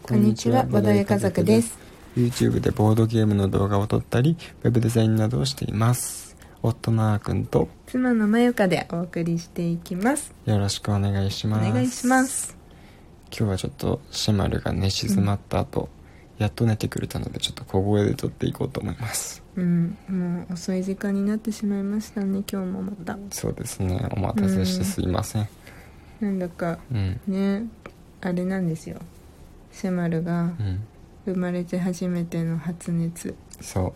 こんにちは、ボドゲ家族です。 YouTube でボードゲームの動画を撮ったりウェブデザインなどをしています。夫のあーくんと妻のまゆかでお送りしていきます。 よろしくお願いします。 お願いします。 今日はちょっとシマルが寝静まった後、やっと寝てくれたのでちょっと小声で撮っていこうと思います。 もう遅い時間になってしまいましたね。今日もまたそうですね、お待たせしてすいません。 なんだか、ね、あれなんですよ。シマルが生まれて初めての発熱。 そう、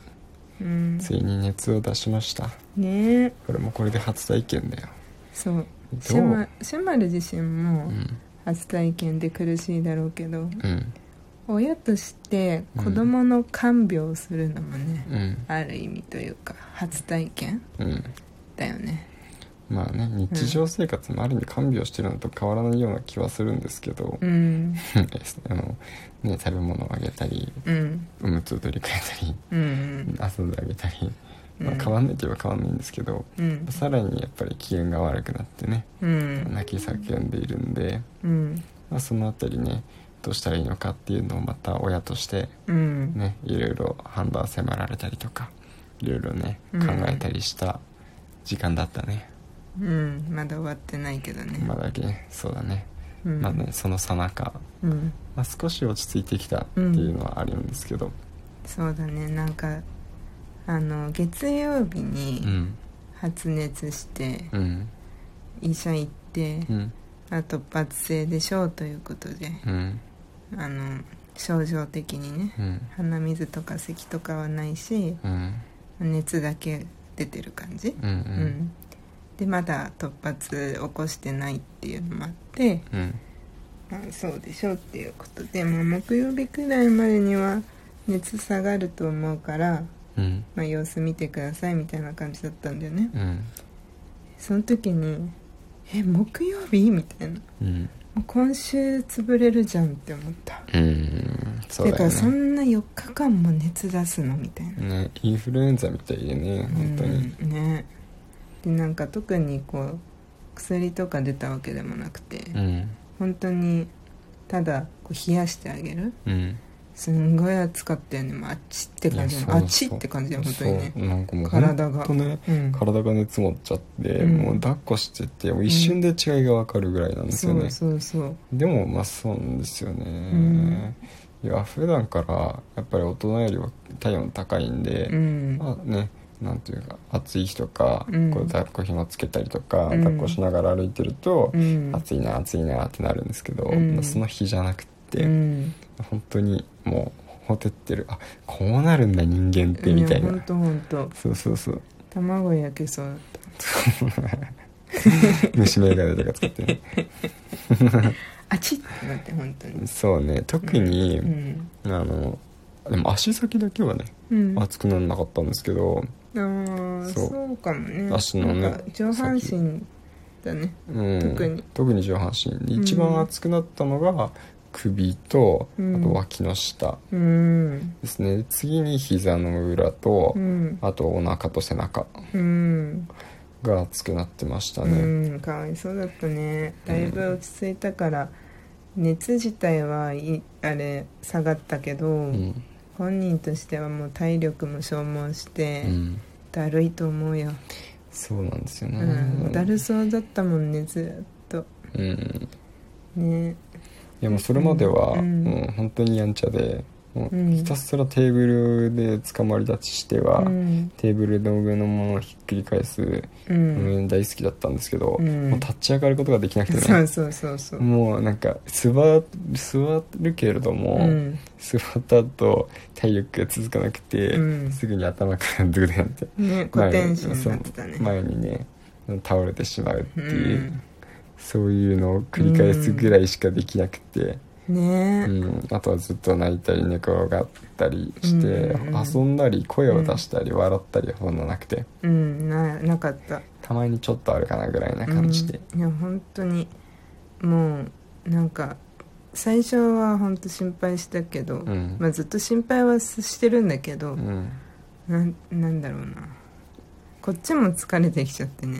ついに熱を出しましたね。 これもこれで初体験だよ。 そうシマル自身も初体験で苦しいだろうけど、親として子供の看病をするのもね、ある意味というか初体験、だよね。 まあね、日常生活もある意味看病してるのと変わらないような気はするんですけど、ね、食べ物をあげたり、おむつを取り替えたり、遊んであげたり、変わんないといえば変わんないんですけど、さらにやっぱり機嫌が悪くなってね、泣き叫んでいるんで、そのあたりねどうしたらいいのかっていうのをまた親として、ね、いろいろ判断迫られたりとかいろいろね考えたりした時間だったね。 まだ終わってないけどね。 まだね、そうだね、まあね、その最中、少し落ち着いてきたっていうのはあるんですけど、 そうだね。なんか月曜日に発熱して、医者行って、突発性でしょうということで、症状的にね、鼻水とか咳とかはないし、熱だけ出てる感じ、でまだ突発起こしてないっていうのもあって、そうでしょうっていうことで、木曜日くらいまでには熱下がると思うから、様子見てくださいみたいな感じだったんだよね。その時に木曜日みたいな、もう今週潰れるじゃんって思った。そうだよね。てかそんな4日間も熱出すのみたいなね、インフルエンザみたいでね、本当にね。でなんか特にこう薬とか出たわけでもなくて、本当にただこう冷やしてあげる、すんごい暑かったよね。あっちって感じ、あっちって感じだよ本当にね。 なんかもう体が本当ね、体が熱持っちゃって、もう抱っこしててもう一瞬で違いが分かるぐらいなんですよね。 そうでもそうなんですよね。いや普段からやっぱり大人よりは体温高いんで、ね、なんていうか暑い日とか、こう抱っこ紐つけたりとか、抱っこしながら歩いてると、暑いな暑いなってなるんですけど、その日じゃなくて、本当にもうほてってる、こうなるんだ人間ってみたいな。 本当そう卵焼けそうだった虫眼鏡とか使ってねあちってなって本当に。 そうね、特に、でも足先だけはね、熱くならなかったんですけど、 そうかもね。 足のね、 上半身だね、 特に上半身で一番熱くなったのが首と、あと脇の下ですね。次に膝の裏と、あとお腹と背中が熱くなってましたね。 かわいそうだったね。だいぶ落ち着いたから、熱自体はあれ下がったけど、本人としてはもう体力も消耗して、だるいと思うよ。 そうなんですよね、 だるそうだったもんねずっと。ね。 いやもうそれまでは、もう本当にやんちゃで、ひたすらテーブルで捕まり立ちしては、テーブルの上のものをひっくり返す、大好きだったんですけど、もう立ち上がることができなくてね。 そうもうなんか座るけれども、座った後体力が続かなくて、すぐに頭からドゥルンってね、古典心になってたね。 前にね倒れてしまうっていう、そういうのを繰り返すぐらいしかできなくて、あとはずっと泣いたり寝転がったりして、遊んだり声を出したり笑ったりはそんななくて、 なかった。 たまにちょっとあるかなぐらいな感じで、 いや本当にもうなんか最初は本当心配したけど、ずっと心配はしてるんだけど、なんだろうな、こっちも疲れてきちゃってね。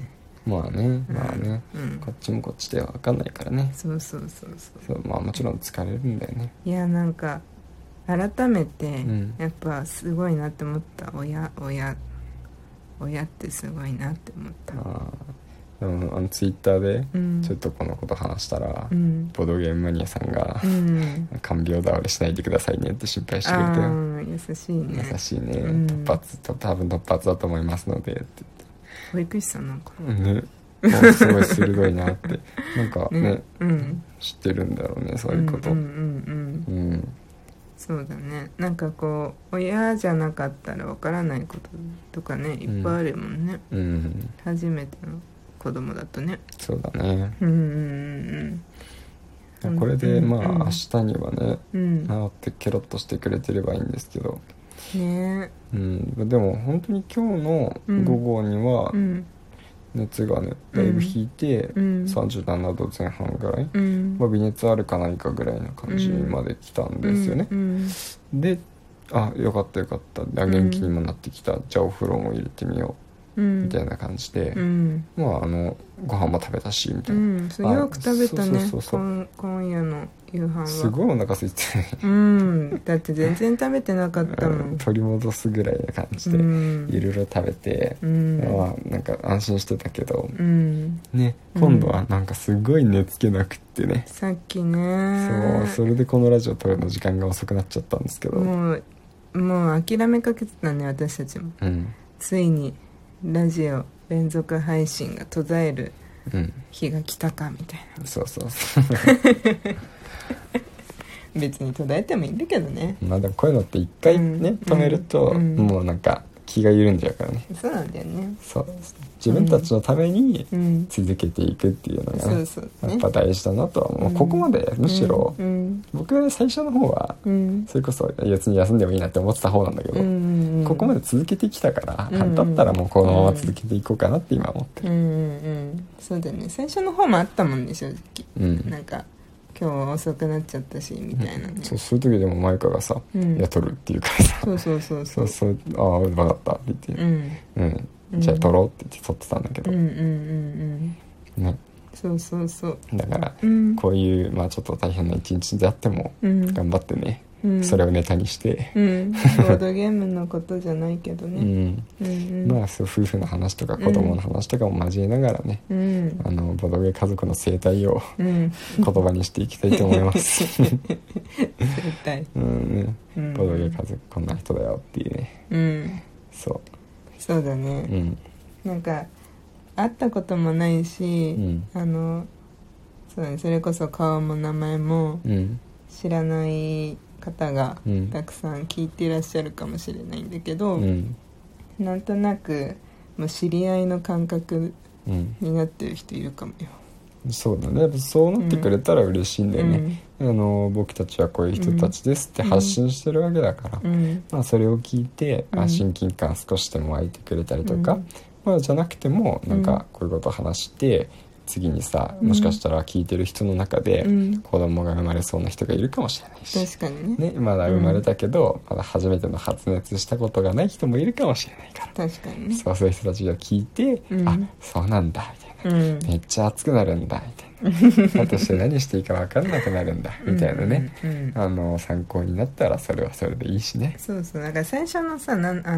まあね、こっちもこっちでは分かんないからね。 そう、 まあもちろん疲れるんだよね。 いやなんか改めてやっぱすごいなって思った。親ってすごいなって思った。 でもツイッターでちょっとこのこと話したら、ボドゲームマニアさんが、看病倒れしないでくださいねって心配してくれて、 優しいね。 優しいね、多分突発だと思いますのでって言って。 保育士さんなんかね、すごい鋭いなってなんかね、知ってるんだろうね、そういうこと。 そうだね。なんかこう親じゃなかったらわからないこととかね、いっぱいあるもんね。初めての子供だとね。 そうだね。これでまあ明日にはね、治ってケロッとしてくれてればいいんですけどね。 でも本当に今日の午後には熱がねだいぶ引いて、37度前半ぐらい、微熱あるかないかぐらいな感じまで来たんですよね。で、よかったよかった、元気にもなってきた、じゃあお風呂も入れてみようみたいな感じで、まあご飯も食べたしみたいな、 よく食べたね。今夜の夕飯はすごいお腹空いてね。だって全然食べてなかったもん。 取り戻すぐらいな感じでいろいろ食べて、なんか安心してたけど、ね、今度はなんかすごい寝つけなくってね、 さっきね。 それでこのラジオ撮るの時間が遅くなっちゃったんですけど、 もう諦めかけてたね、私たちも。ついにラジオ連続配信が途絶える日が来たかみたいな。 そう別に途絶えてもいいんだけどね。 まあでもこういうのって一回ね、止めるともうなんか気が緩んじゃうからね。 そうなんだよね。 そう、自分たちのために続けていくっていうのが、ね、やっぱ大事だなとは思う。ここまでむしろ、僕は最初の方はそれこそ別に休んでもいいなって思ってた方なんだけど、ここまで続けてきたから、だったらもうこのまま続けていこうかなって今思ってる。 そうだね。最初の方もあったもんね、正直。なんか今日遅くなっちゃったしみたいなね。 そういう時でもマイカがさ、いや撮るっていうからさ、そう分かったって言って、じゃあ撮ろうって言って撮ってたんだけど、ね、 そうだから、こういうまあちょっと大変な一日であっても頑張ってね、それをネタにして、 ボードゲームのことじゃないけどね、 まあそう夫婦の話とか子供の話とかも交えながらね、ボードゲー家族の生態を言葉にしていきたいと思います生態、 ボードゲー家族こんな人だよっていうね、 そうだね、なんか会ったこともないし、そうだね、それこそ顔も名前も知らない方がたくさん聞いていらっしゃるかもしれないんだけど、なんとなくもう知り合いの感覚になってる人いるかもよ。 そうだね、そうなってくれたら嬉しいんだよね、僕たちはこういう人たちですって発信してるわけだから、まあ、それを聞いて、親近感少しでも湧いてくれたりとか、まあ、じゃなくてもなんかこういうことを話して、次にさ、もしかしたら聞いてる人の中で子供が生まれそうな人がいるかもしれないし、 確かにね、 まだ生まれたけど、まだ初めての発熱したことがない人もいるかもしれないから、 確かにね、 そういう人たちが聞いて、そうなんだみたいな、めっちゃ熱くなるんだみたいなだとして何していいか分かんなくなるんだみたいなね、参考になったらそれはそれでいいしね。 だから最初のさ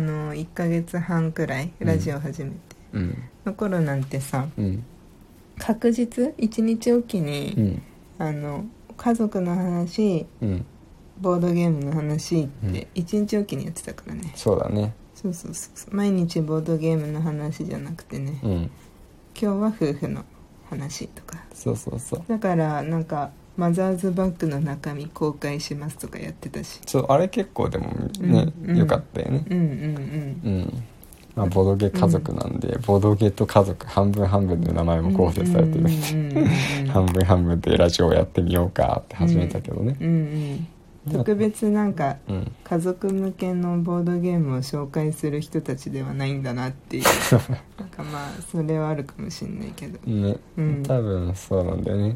1ヶ月半くらいラジオ始めて、の頃なんてさ、確実1日おきに、家族の話、ボードゲームの話って1日おきにやってたからね。 そうだね。 そう毎日ボードゲームの話じゃなくてね、今日は夫婦の話とか、だからなんかマザーズバッグの中身公開しますとかやってたし、 あれ結構でもね、よかったよね。まあ、ボドゲ家族なんで、ボドゲと家族半分半分で名前も構成されてる半分半分でラジオをやってみようかって始めたけどね、特別なんか家族向けのボードゲームを紹介する人たちではないんだなっていうなんかまあそれはあるかもしれないけどね、 多分そうなんだよね。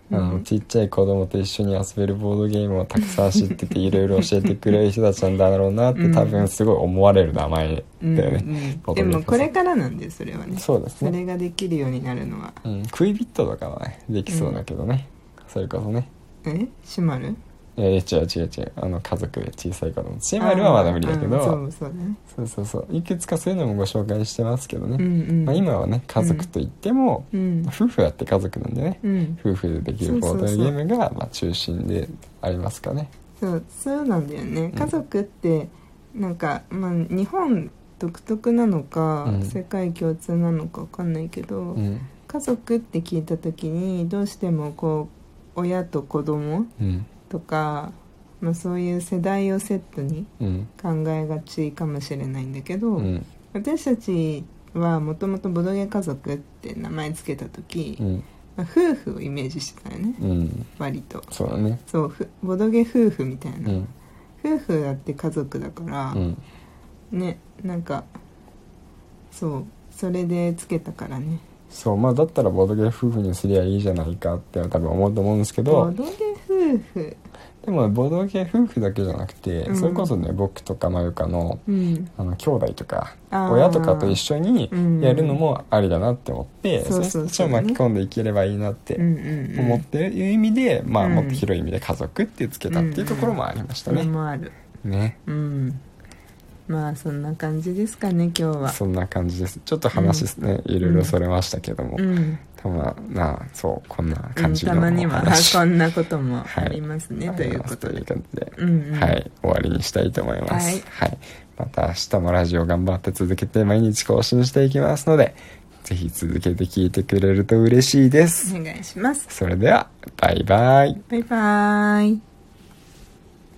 ちっちゃい子供と一緒に遊べるボードゲームをたくさん知ってていろいろ教えてくれる人たちなんだろうなって多分すごい思われる名前だよね、 でもこれからなんでそれはね。 そうですね、 それができるようになるのは、 クイビットとかはねできそうだけどね、それこそね。 シマル？ 違う家族で小さい子供、シマルはまだ無理だけど、そういくつかそういうのもご紹介してますけどね、今はね家族といっても、夫婦だって家族なんでね、夫婦でできるボードゲームが中心でありますかね。 そうなんだよね。家族ってなんか、日本独特なのか、世界共通なのか分かんないけど、家族って聞いた時にどうしてもこう親と子供とか、そういう世代をセットに考えがちかもしれないんだけど、私たちはもともとボドゲ家族って名前つけた時、夫婦をイメージしてたよね、割と。 そうだね。 ボドゲ夫婦みたいな、夫婦だって家族だから、ね、なんかそれでつけたからね。 だったらボドゲ夫婦にすりゃいいじゃないかって多分思うと思うんですけど、 ボドゲ夫婦でもボドゲ夫婦だけじゃなくて、それこそね僕とかまゆかの、兄弟とか親とかと一緒にやるのもありだなって思って、そういう人たちを巻き込んでいければいいなって思ってる意味で、もっと広い意味で家族ってつけたっていうところもありましたね。 もあるね。 そんな感じですかね今日は。 そんな感じです。ちょっと話ですね、いろいろそれましたけども、そうこんな感じのたまにはこんなこともありますね、ということで、 という感じで、終わりにしたいと思います。また明日もラジオ頑張って続けて毎日更新していきますので、ぜひ続けて聞いてくれると嬉しいです。 お願いします。 それではバイバイ。 バイバイ。